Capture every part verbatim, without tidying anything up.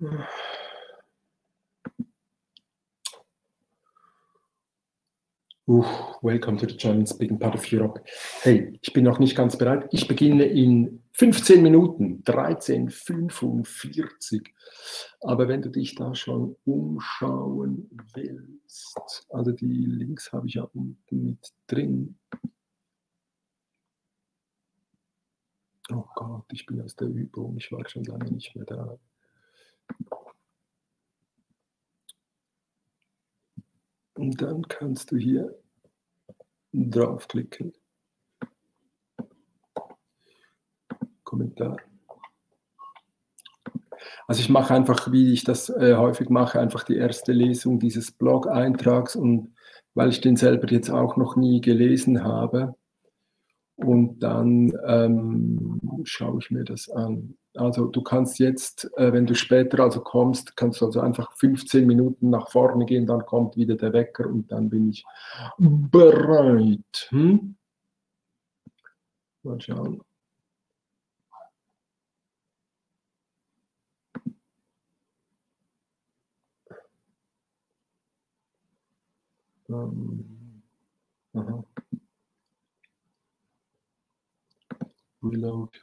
Uh, welcome to the German-speaking part of Europe. Hey, ich bin noch nicht ganz bereit. Ich beginne in fünfzehn Minuten, dreizehn Uhr fünfundvierzig. Aber wenn du dich da schon umschauen willst, also die Links habe ich ja unten mit drin. Oh Gott, ich bin aus der Übung, ich war schon lange nicht mehr da. Und dann kannst du hier draufklicken. Kommentar. Also ich mache einfach, wie ich das äh, häufig mache, einfach die erste Lesung dieses Blog-Eintrags, und weil ich den selber jetzt auch noch nie gelesen habe, und dann ähm, schaue ich mir das an. Also du kannst jetzt, äh, wenn du später also kommst, kannst du also einfach fünfzehn Minuten nach vorne gehen, dann kommt wieder der Wecker und dann bin ich bereit. Hm? Mal schauen. Ähm, aha. Reload.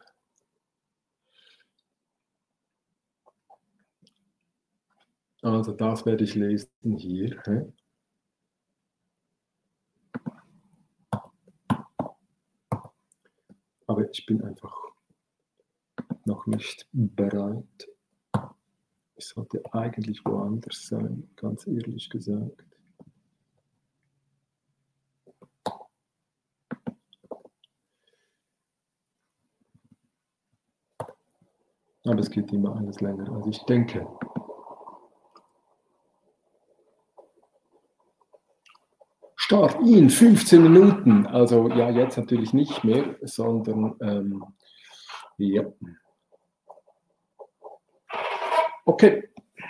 Also das werde ich lesen hier. Hä? Aber ich bin einfach noch nicht bereit. Ich sollte eigentlich woanders sein, ganz ehrlich gesagt. Aber es geht immer alles länger, als ich denke. Start in fünfzehn Minuten. Also ja, jetzt natürlich nicht mehr, sondern ähm, ja. Okay.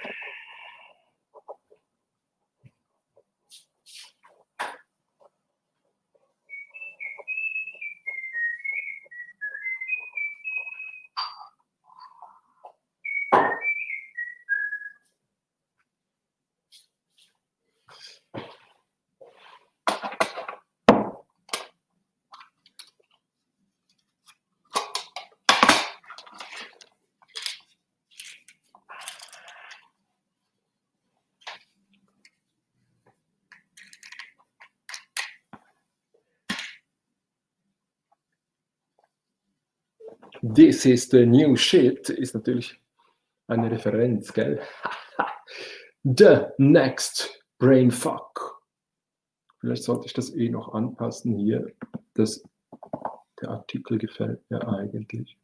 This is the new shit ist natürlich eine Referenz, gell? The next brainfuck. Vielleicht sollte ich das eh noch anpassen hier. Das, der Artikel gefällt mir eigentlich.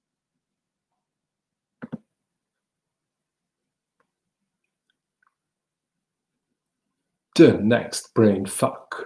The next brainfuck.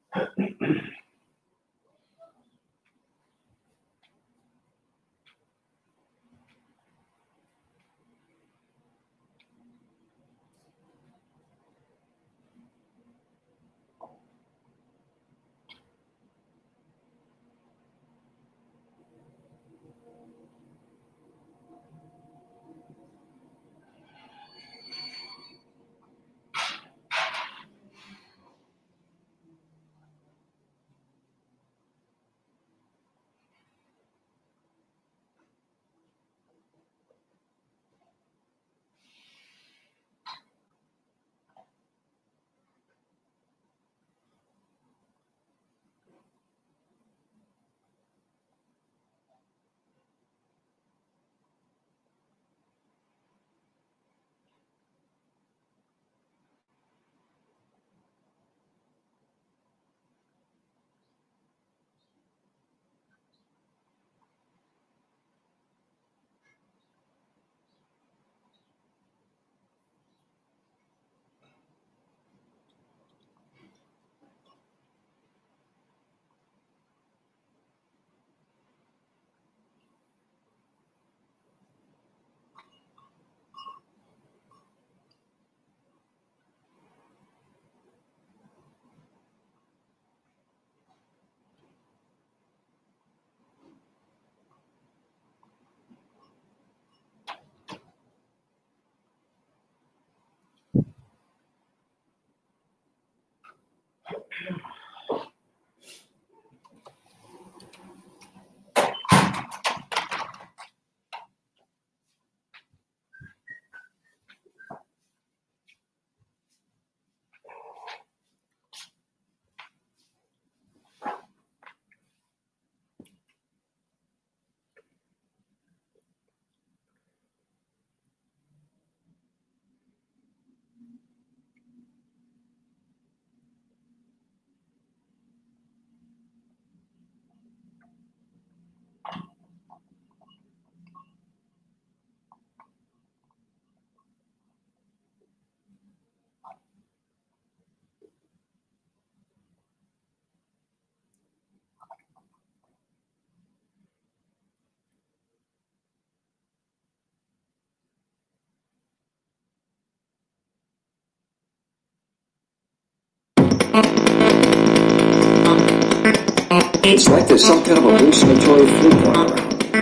It's like there's some kind of a hallucinatory fluke going around.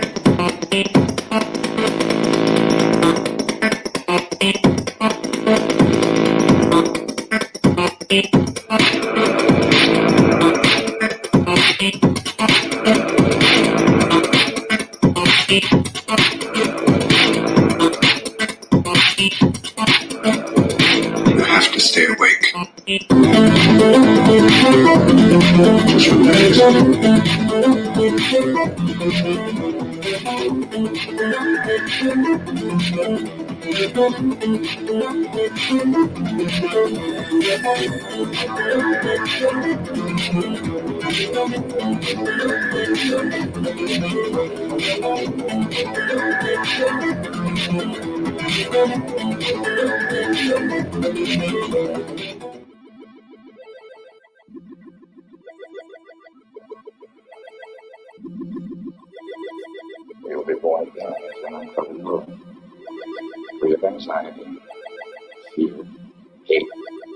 You have to stay awake. Just relax. You'll be bored guys when I'm from the room. Free of anxiety, fear, hate.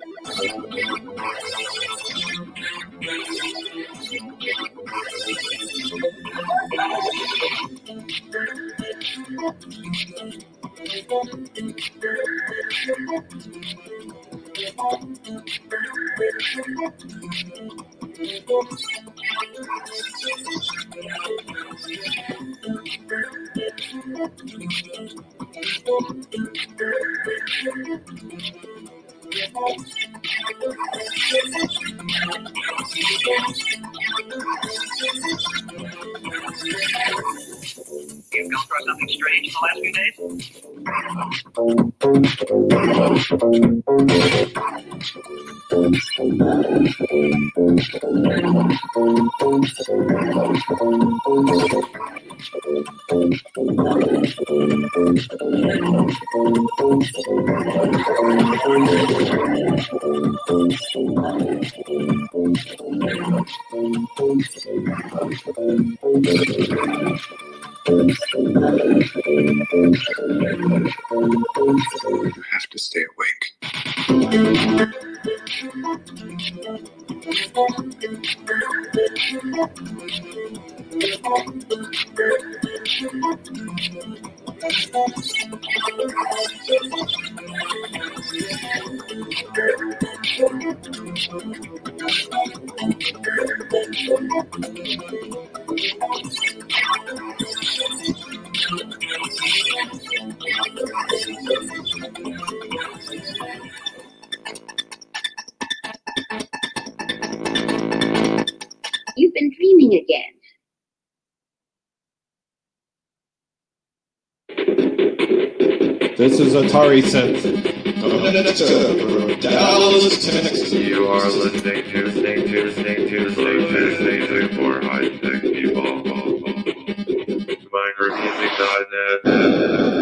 You've come across something strange the last few days? You have to stay awake. You've been dreaming again. This is Atari Sense. Dallas, Texas. You are listening to listening to listening to listening to listening for high tech people. Minegroupmusic dot net.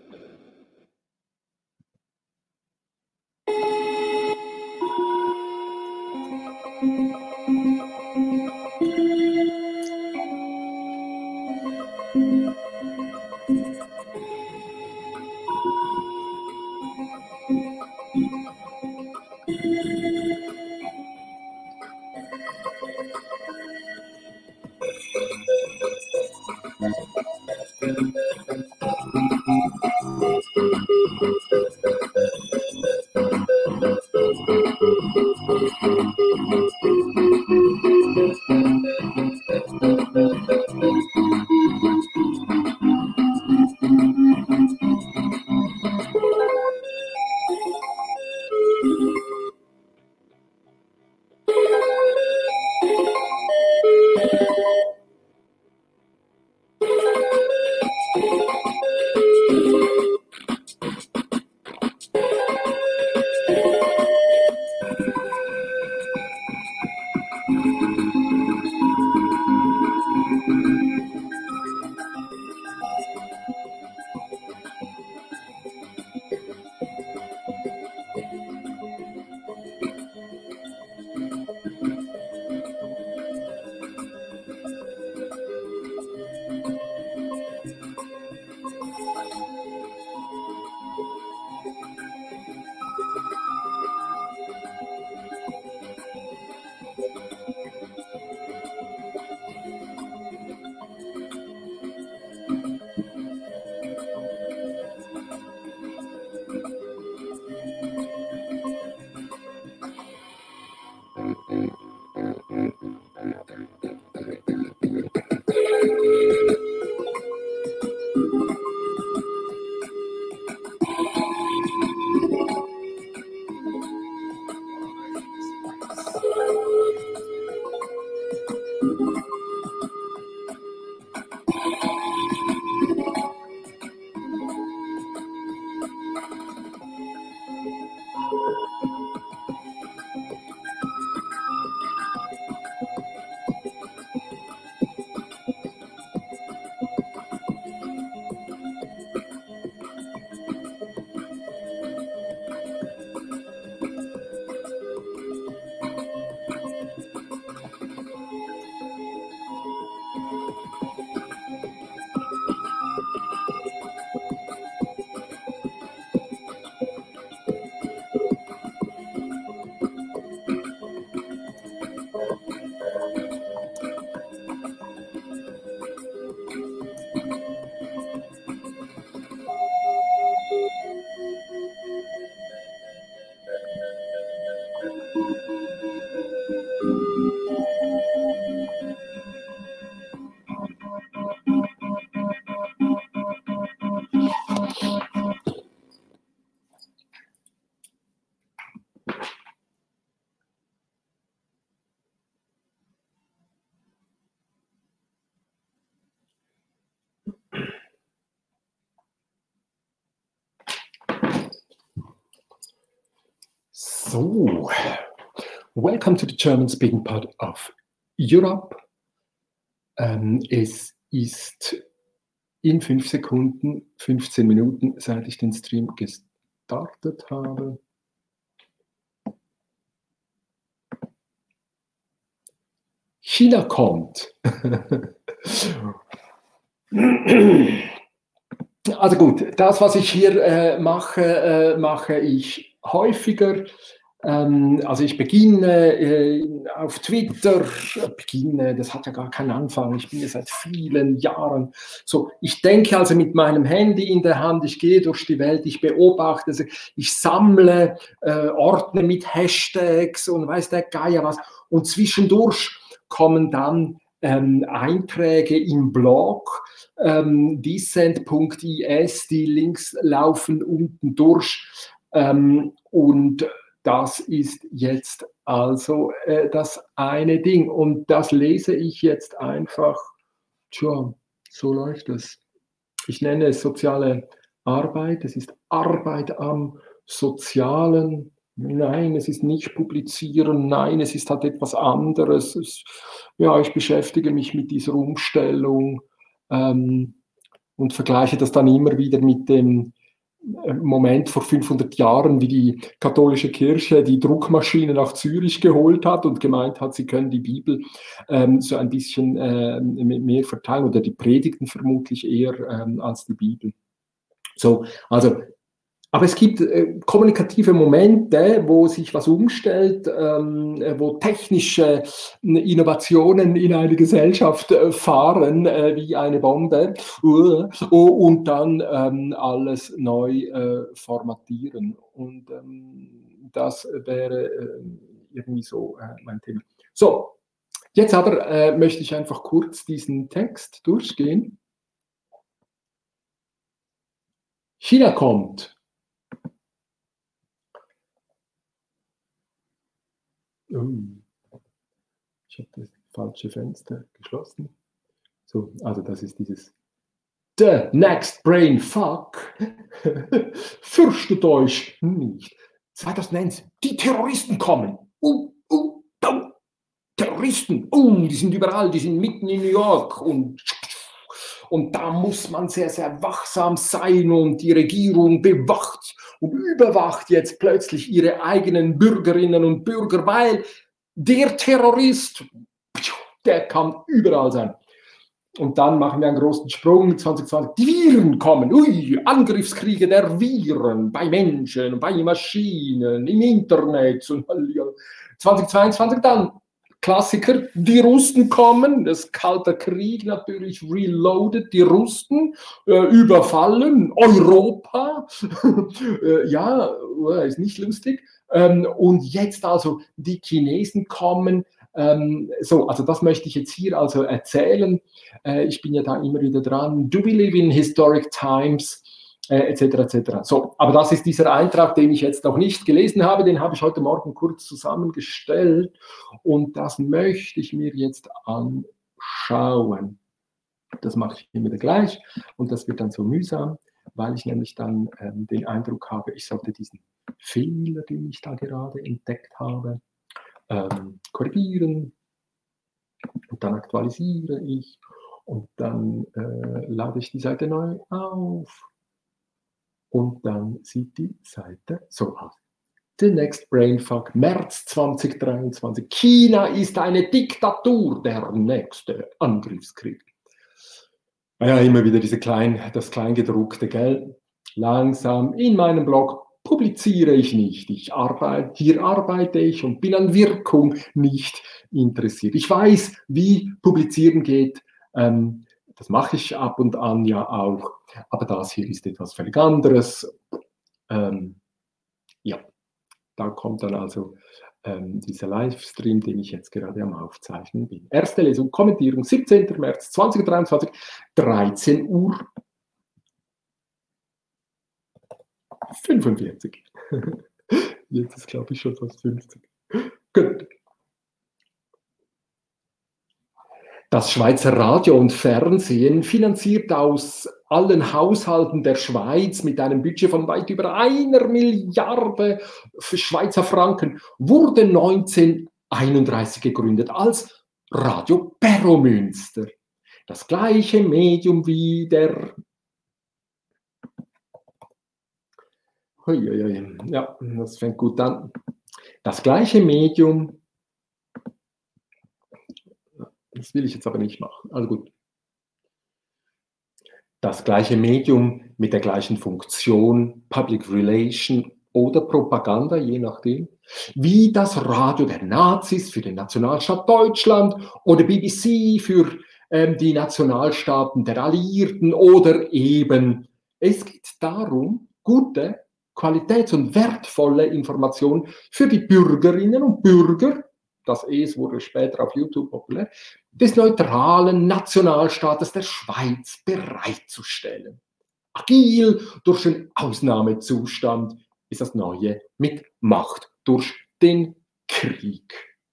So, welcome to the German-speaking part of Europe. Ähm, es ist in fünf Sekunden, fünfzehn Minuten, seit ich den Stream gestartet habe. China kommt. Also gut, das, was ich hier äh, mache, äh, mache ich häufiger. Ähm, also ich beginne äh, auf Twitter, beginne, das hat ja gar keinen Anfang, ich bin ja seit vielen Jahren so, ich denke also mit meinem Handy in der Hand, ich gehe durch die Welt, ich beobachte, also ich sammle äh, Ordner mit Hashtags und weiß der Geier was und zwischendurch kommen dann ähm, Einträge im Blog, ähm, dissent punkt is, die Links laufen unten durch ähm, und das ist jetzt also äh, das eine Ding und das lese ich jetzt einfach, tja, so läuft es. Ich nenne es soziale Arbeit, es ist Arbeit am Sozialen. Nein, es ist nicht publizieren, nein, es ist halt etwas anderes. Es, ja, ich beschäftige mich mit dieser Umstellung ähm, und vergleiche das dann immer wieder mit dem Moment vor fünfhundert Jahren, wie die katholische Kirche die Druckmaschine nach Zürich geholt hat und gemeint hat, sie können die Bibel ähm, so ein bisschen äh, mehr verteilen oder die Predigten vermutlich eher ähm, als die Bibel. So, also, aber es gibt äh, kommunikative Momente, wo sich was umstellt, ähm, wo technische Innovationen in eine Gesellschaft äh, fahren, äh, wie eine Bombe, uh, uh, und dann ähm, alles neu äh, formatieren. Und ähm, das wäre äh, irgendwie so äh, mein Thema. So, jetzt aber äh, möchte ich einfach kurz diesen Text durchgehen. China kommt. Oh, ich habe das falsche Fenster geschlossen. So, also das ist dieses The next brain fuck. Fürchtet euch nicht. zweitausendeins, die Terroristen kommen. Uh, uh, uh, Terroristen, uh, die sind überall, die sind mitten in New York und Und da muss man sehr, sehr wachsam sein und die Regierung bewacht und überwacht jetzt plötzlich ihre eigenen Bürgerinnen und Bürger, weil der Terrorist, der kann überall sein. Und dann machen wir einen großen Sprung, zwanzig zwanzig, die Viren kommen, ui, Angriffskriege der Viren, bei Menschen, bei Maschinen, im Internet. Und zwanzig zweiundzwanzig dann Klassiker, die Russen kommen, das Kalte Krieg natürlich reloaded, die Russen äh, überfallen Europa, äh, ja, ist nicht lustig, ähm, und jetzt also die Chinesen kommen, ähm, so, also das möchte ich jetzt hier also erzählen, äh, ich bin ja da immer wieder dran, do we live in historic times, Äh, et cetera et cetera. So, aber das ist dieser Eintrag, den ich jetzt noch nicht gelesen habe, den habe ich heute Morgen kurz zusammengestellt und das möchte ich mir jetzt anschauen. Das mache ich immer gleich und das wird dann so mühsam, weil ich nämlich dann ähm, den Eindruck habe, ich sollte diesen Fehler, den ich da gerade entdeckt habe, ähm, korrigieren und dann aktualisiere ich und dann äh, lade ich die Seite neu auf. Und dann sieht die Seite so aus. The next Brainfuck, März zwanzig dreiundzwanzig. China ist eine Diktatur, der nächste Angriffskrieg. Ja, immer wieder diese klein, das Kleingedruckte, gell? Langsam in meinem Blog publiziere ich nicht. Ich arbeite, hier arbeite ich und bin an Wirkung nicht interessiert. Ich weiß, wie publizieren geht. Ähm, Das mache ich ab und an ja auch, aber das hier ist etwas völlig anderes. Ähm, ja, da kommt dann also ähm, dieser Livestream, den ich jetzt gerade am Aufzeichnen bin. Erste Lesung, Kommentierung, siebzehnten März zweitausenddreiundzwanzig, dreizehn Uhr fünfundvierzig. Jetzt ist, glaube ich, schon fast fünfzig. Gut. Das Schweizer Radio und Fernsehen, finanziert aus allen Haushalten der Schweiz mit einem Budget von weit über einer Milliarde Schweizer Franken, wurde neunzehnhunderteinunddreißig gegründet als Radio Perromünster. Das gleiche Medium wie der... Uiuiui. Ja, das fängt gut an. Das gleiche Medium... Das will ich jetzt aber nicht machen. Also gut. Das gleiche Medium mit der gleichen Funktion, Public Relation oder Propaganda, je nachdem, wie das Radio der Nazis für den Nationalstaat Deutschland oder B B C für ähm, die Nationalstaaten der Alliierten oder eben, es geht darum, gute, qualitäts- und wertvolle Informationen für die Bürgerinnen und Bürger, das Es wurde später auf YouTube populär, des neutralen Nationalstaates der Schweiz bereitzustellen. Agil durch den Ausnahmezustand ist das Neue mit Macht durch den Krieg.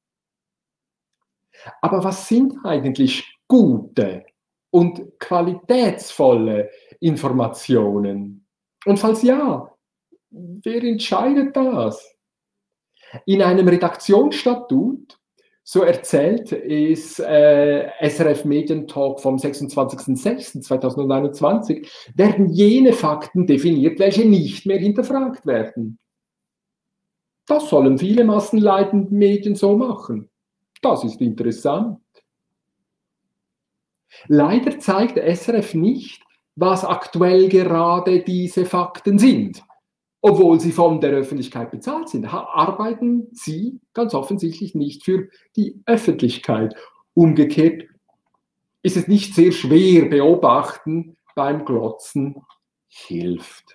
Aber was sind eigentlich gute und qualitätsvolle Informationen? Und falls ja, wer entscheidet das? In einem Redaktionsstatut, so erzählt es äh, S R F Medientalk vom sechsundzwanzigsten sechsten zweitausendeinundzwanzig, werden jene Fakten definiert, welche nicht mehr hinterfragt werden. Das sollen viele massenleitende Medien so machen. Das ist interessant. Leider zeigt S R F nicht, was aktuell gerade diese Fakten sind. Obwohl sie von der Öffentlichkeit bezahlt sind, arbeiten sie ganz offensichtlich nicht für die Öffentlichkeit. Umgekehrt ist es nicht sehr schwer, beobachten beim Glotzen hilft.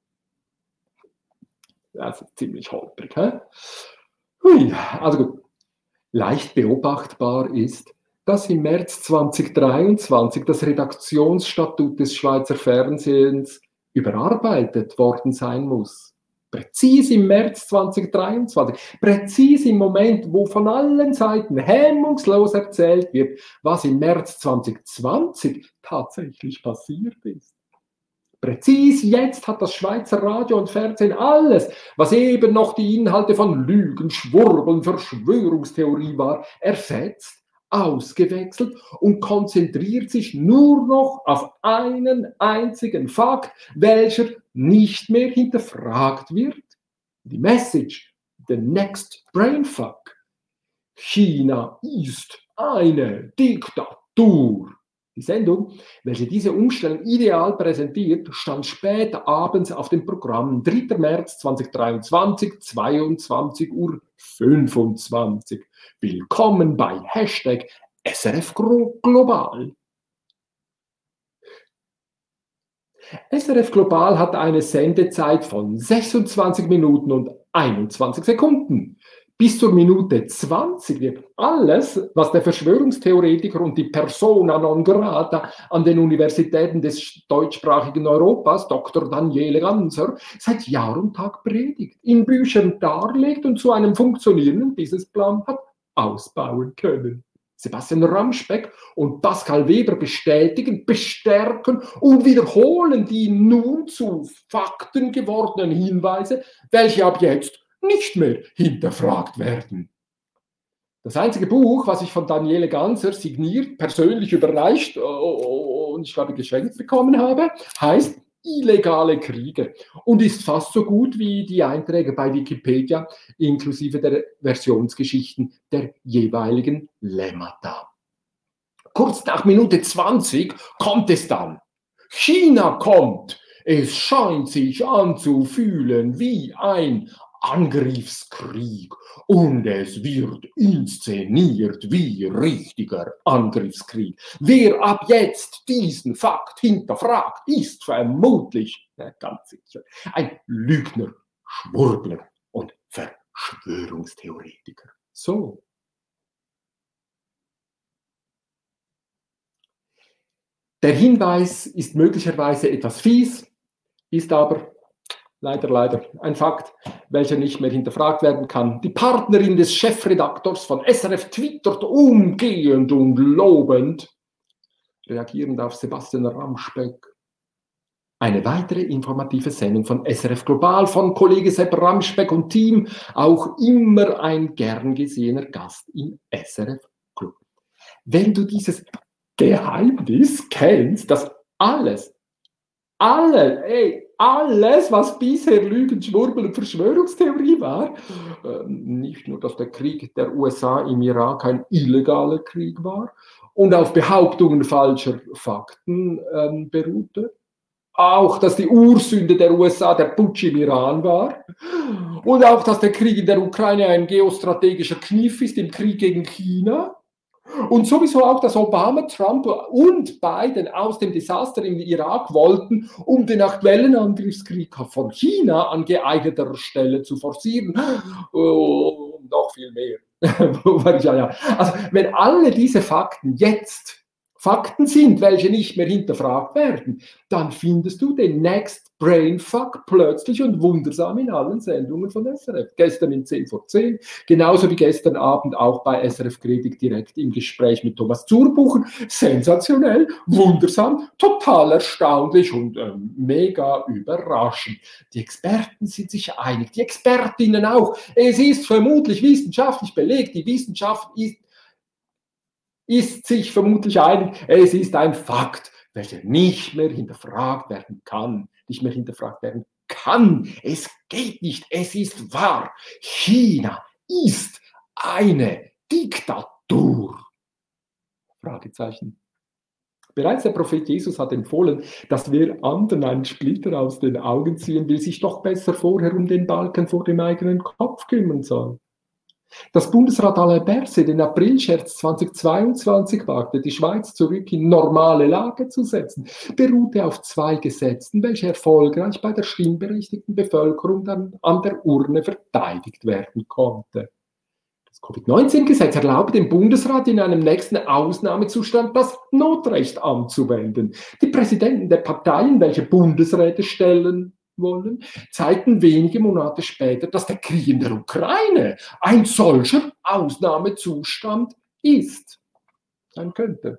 Das ist ziemlich holprig. He? Hui, also gut. Leicht beobachtbar ist, dass im März zweitausenddreiundzwanzig das Redaktionsstatut des Schweizer Fernsehens überarbeitet worden sein muss. Präzise im März zweitausenddreiundzwanzig, präzise im Moment, wo von allen Seiten hemmungslos erzählt wird, was im März zweitausendzwanzig tatsächlich passiert ist. Präzise jetzt hat das Schweizer Radio und Fernsehen alles, was eben noch die Inhalte von Lügen, Schwurbeln, Verschwörungstheorie war, ersetzt, ausgewechselt und konzentriert sich nur noch auf einen einzigen Fakt, welcher nicht mehr hinterfragt wird. Die Message, the next brainfuck. China ist eine Diktatur. Die Sendung, welche diese Umstellung ideal präsentiert, stand spät abends auf dem Programm dritter März zweitausenddreiundzwanzig, zweiundzwanzig Uhr fünfundzwanzig. Willkommen bei Hashtag S R F Global. S R F Global hat eine Sendezeit von sechsundzwanzig Minuten und einundzwanzig Sekunden. Bis zur Minute zwanzig wird alles, was der Verschwörungstheoretiker und die Persona non grata an den Universitäten des deutschsprachigen Europas, Doktor Daniele Ganser, seit Jahr und Tag predigt, in Büchern darlegt und zu einem funktionierenden Businessplan hat ausbauen können. Sebastian Ramspeck und Pascal Weber bestätigen, bestärken und wiederholen die nun zu Fakten gewordenen Hinweise, welche ab jetzt nicht mehr hinterfragt werden. Das einzige Buch, was ich von Daniele Ganser signiert, persönlich überreicht und ich glaube geschenkt bekommen habe, heißt Illegale Kriege und ist fast so gut wie die Einträge bei Wikipedia inklusive der Versionsgeschichten der jeweiligen Lemmata. Kurz nach Minute zwanzig kommt es dann. China kommt. Es scheint sich anzufühlen wie ein Angriffskrieg und es wird inszeniert wie richtiger Angriffskrieg. Wer ab jetzt diesen Fakt hinterfragt, ist vermutlich, ja, ganz sicher, ein Lügner, Schwurbler und Verschwörungstheoretiker. So. Der Hinweis ist möglicherweise etwas fies, ist aber leider, leider ein Fakt, welcher nicht mehr hinterfragt werden kann. Die Partnerin des Chefredaktors von S R F twittert umgehend und lobend, reagierend auf Sebastian Ramspeck. Eine weitere informative Sendung von S R F Global von Kollege Sepp Ramspeck und Team, auch immer ein gern gesehener Gast im S R F Club. Wenn du dieses Geheimnis kennst, dass alles, alle, ey, alles, was bisher Lügen, Schwurbel und Verschwörungstheorie war. Ähm, nicht nur, dass der Krieg der U S A im Irak ein illegaler Krieg war und auf Behauptungen falscher Fakten ähm, beruhte. Auch, dass die Ursünde der U S A der Putsch im Iran war. Und auch, dass der Krieg in der Ukraine ein geostrategischer Kniff ist im Krieg gegen China. Und sowieso auch, dass Obama, Trump und Biden aus dem Desaster im Irak wollten, um den aktuellen Angriffskrieg von China an geeigneter Stelle zu forcieren. Oh, noch viel mehr. ja, ja. Also, wenn alle diese Fakten jetzt Fakten sind, welche nicht mehr hinterfragt werden, dann findest du den Next Brainfuck plötzlich und wundersam in allen Sendungen von S R F. Gestern in zehn vor zehn, genauso wie gestern Abend auch bei S R F Kritik direkt im Gespräch mit Thomas Zurbucher. Sensationell, wundersam, total erstaunlich und äh, mega überraschend. Die Experten sind sich einig, die Expertinnen auch. Es ist vermutlich wissenschaftlich belegt, die Wissenschaft ist ist sich vermutlich einig, es ist ein Fakt, welcher nicht mehr hinterfragt werden kann, nicht mehr hinterfragt werden kann. Es geht nicht, es ist wahr. China ist eine Diktatur. Fragezeichen. Bereits der Prophet Jesus hat empfohlen, dass wer anderen einen Splitter aus den Augen ziehen will, sich doch besser vorher um den Balken vor dem eigenen Kopf kümmern soll. Das Bundesrat Alain Berset den Aprilscherz zweitausendzweiundzwanzig wagte, die Schweiz zurück in normale Lage zu setzen, beruhte auf zwei Gesetzen, welche erfolgreich bei der stimmberechtigten Bevölkerung dann an der Urne verteidigt werden konnte. Das Covid neunzehn Gesetz erlaubte dem Bundesrat in einem nächsten Ausnahmezustand das Notrecht anzuwenden. Die Präsidenten der Parteien, welche Bundesräte stellen wollen, zeigten wenige Monate später, dass der Krieg in der Ukraine ein solcher Ausnahmezustand ist. Sein könnte.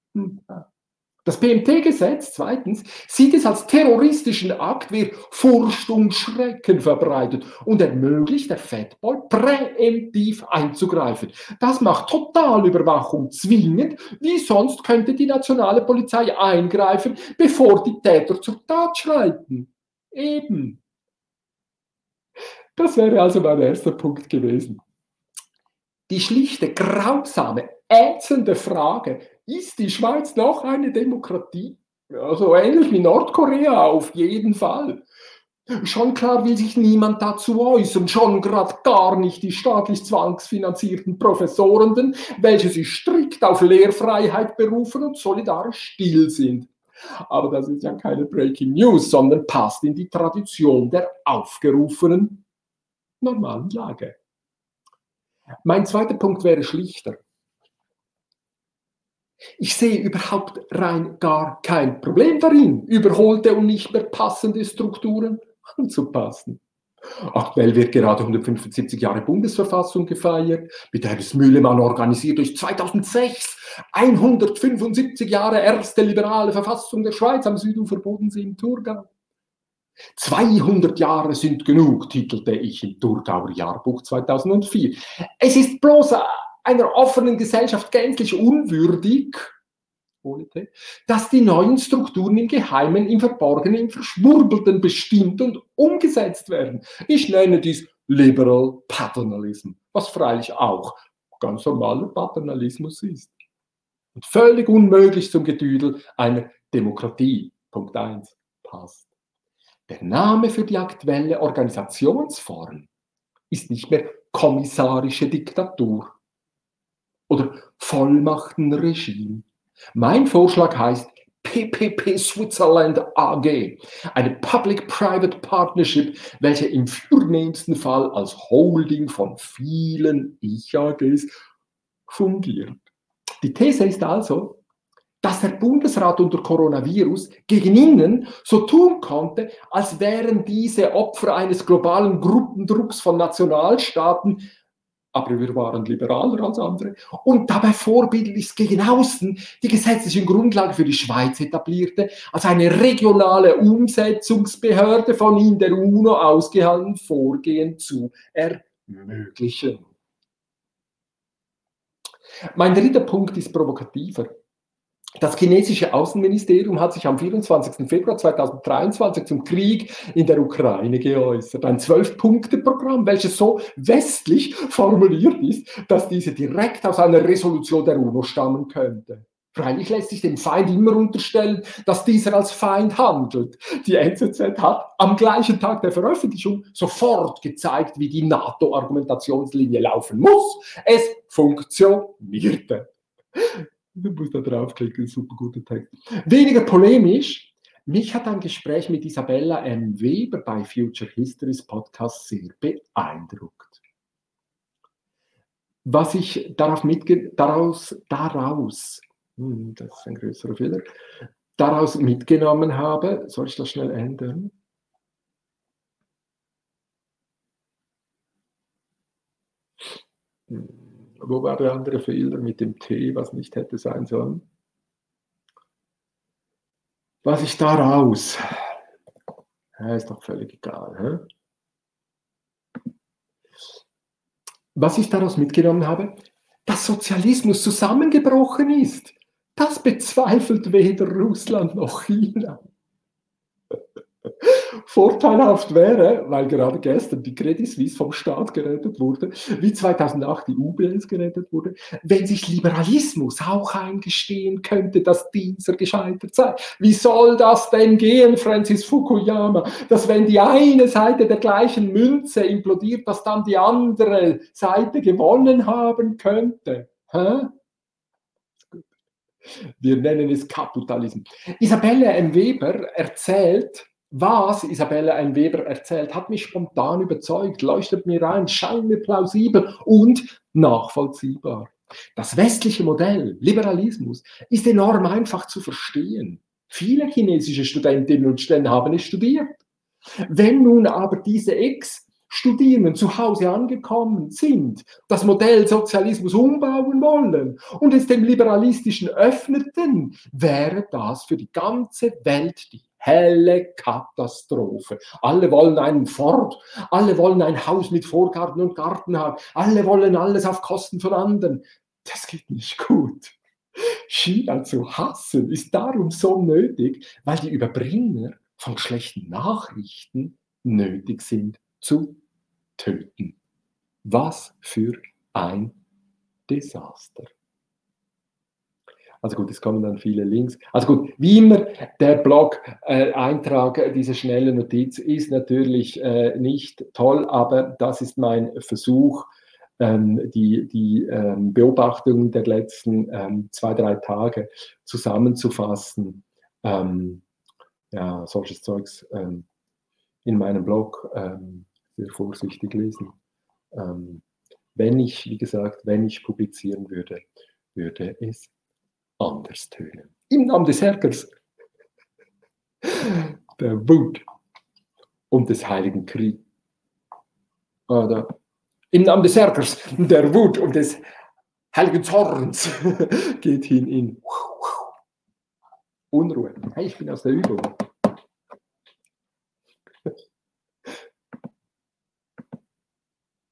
Das P M T-Gesetz, zweitens, sieht es als terroristischen Akt, wer Furcht und Schrecken verbreitet und ermöglicht der Fatboy präemptiv einzugreifen. Das macht Totalüberwachung zwingend, wie sonst könnte die nationale Polizei eingreifen, bevor die Täter zur Tat schreiten. Eben. Das wäre also mein erster Punkt gewesen. Die schlichte, grausame, ätzende Frage, ist die Schweiz noch eine Demokratie? Also ähnlich wie Nordkorea, auf jeden Fall. Schon klar will sich niemand dazu äußern, schon gerade gar nicht die staatlich zwangsfinanzierten Professorenden, welche sich strikt auf Lehrfreiheit berufen und solidarisch still sind. Aber das ist ja keine Breaking News, sondern passt in die Tradition der aufgerufenen normalen Lage. Mein zweiter Punkt wäre schlichter. Ich sehe überhaupt rein gar kein Problem darin, überholte und nicht mehr passende Strukturen anzupassen. Aktuell wird gerade hundertfünfundsiebzig Jahre Bundesverfassung gefeiert, mit Ernst Mühlemann organisiert durch zweitausendsechs, hundertfünfundsiebzig Jahre erste liberale Verfassung der Schweiz am Südufer Bodensee im Thurgau. zweihundert Jahre sind genug, titelte ich im Thurgauer Jahrbuch zweitausendvier. Es ist bloß einer offenen Gesellschaft gänzlich unwürdig, dass die neuen Strukturen im Geheimen, im Verborgenen, im Verschwurbelten bestimmt und umgesetzt werden. Ich nenne dies Liberal Paternalism, was freilich auch ganz normaler Paternalismus ist. Und völlig unmöglich zum Gedüdel einer Demokratie, Punkt eins, passt. Der Name für die aktuelle Organisationsform ist nicht mehr kommissarische Diktatur oder Vollmachtenregime. Mein Vorschlag heißt P P P Switzerland A G, eine Public-Private Partnership, welche im vornehmsten Fall als Holding von vielen Ich-A Gs fungiert. Die These ist also, dass der Bundesrat unter Coronavirus gegen innen so tun konnte, als wären diese Opfer eines globalen Gruppendrucks von Nationalstaaten, aber wir waren liberaler als andere, und dabei vorbildlich gegen außen die gesetzlichen Grundlagen für die Schweiz etablierte, als eine regionale Umsetzungsbehörde von in der UNO ausgehandelten Vorgehen zu ermöglichen. Mein dritter Punkt ist provokativer. Das chinesische Außenministerium hat sich am vierundzwanzigsten Februar zweitausenddreiundzwanzig zum Krieg in der Ukraine geäußert. Ein Zwölf-Punkte-Programm, welches so westlich formuliert ist, dass diese direkt aus einer Resolution der UNO stammen könnte. Freilich lässt sich dem Feind immer unterstellen, dass dieser als Feind handelt. Die N Z Z hat am gleichen Tag der Veröffentlichung sofort gezeigt, wie die NATO-Argumentationslinie laufen muss. Es funktionierte. Du musst da draufklicken, super guter Text. Weniger polemisch, mich hat ein Gespräch mit Isabella M. Weber bei Future Histories Podcast sehr beeindruckt. Was ich darauf mitge daraus, daraus, hm, das ist ein größerer Fehler, daraus mitgenommen habe, soll ich das schnell ändern? Hm. Wo war der andere Fehler mit dem T, was nicht hätte sein sollen? Was ich daraus, ja, ist doch völlig egal. Hä? Was ich daraus mitgenommen habe, dass Sozialismus zusammengebrochen ist, das bezweifelt weder Russland noch China. Vorteilhaft wäre, weil gerade gestern die Credit Suisse vom Staat gerettet wurde, wie zweitausendacht die U B S gerettet wurde, wenn sich Liberalismus auch eingestehen könnte, dass dieser gescheitert sei. Wie soll das denn gehen, Francis Fukuyama, dass wenn die eine Seite der gleichen Münze implodiert, dass dann die andere Seite gewonnen haben könnte? Hä? Wir nennen es Kapitalismus. Isabella M. Weber erzählt, was Isabella M. Weber erzählt, hat mich spontan überzeugt, leuchtet mir ein, scheint mir plausibel und nachvollziehbar. Das westliche Modell, Liberalismus, ist enorm einfach zu verstehen. Viele chinesische Studentinnen und Studenten haben es studiert. Wenn nun aber diese Ex-Studierenden zu Hause angekommen sind, das Modell Sozialismus umbauen wollen und es dem Liberalistischen öffneten, wäre das für die ganze Welt die helle Katastrophe. Alle wollen einen Ford, alle wollen ein Haus mit Vorgarten und Garten haben, alle wollen alles auf Kosten von anderen. Das geht nicht gut. China zu hassen ist darum so nötig, weil die Überbringer von schlechten Nachrichten nötig sind zu töten. Was für ein Desaster. Also gut, es kommen dann viele Links. Also gut, wie immer, der Blog-Eintrag, äh, diese schnelle Notiz ist natürlich äh, nicht toll, aber das ist mein Versuch, ähm, die, die ähm, Beobachtungen der letzten ähm, zwei, drei Tage zusammenzufassen. Ähm, ja, solches Zeugs ähm, in meinem Blog ähm, sehr vorsichtig lesen. Ähm, wenn ich, wie gesagt, wenn ich publizieren würde, würde es anders tönen. Im Namen des Herrgers, der Wut und des Heiligen Kriegs. Oder im Namen des Herrgers, der Wut und des Heiligen Zorns geht hin in Unruhe. Hey, ich bin aus der Übung.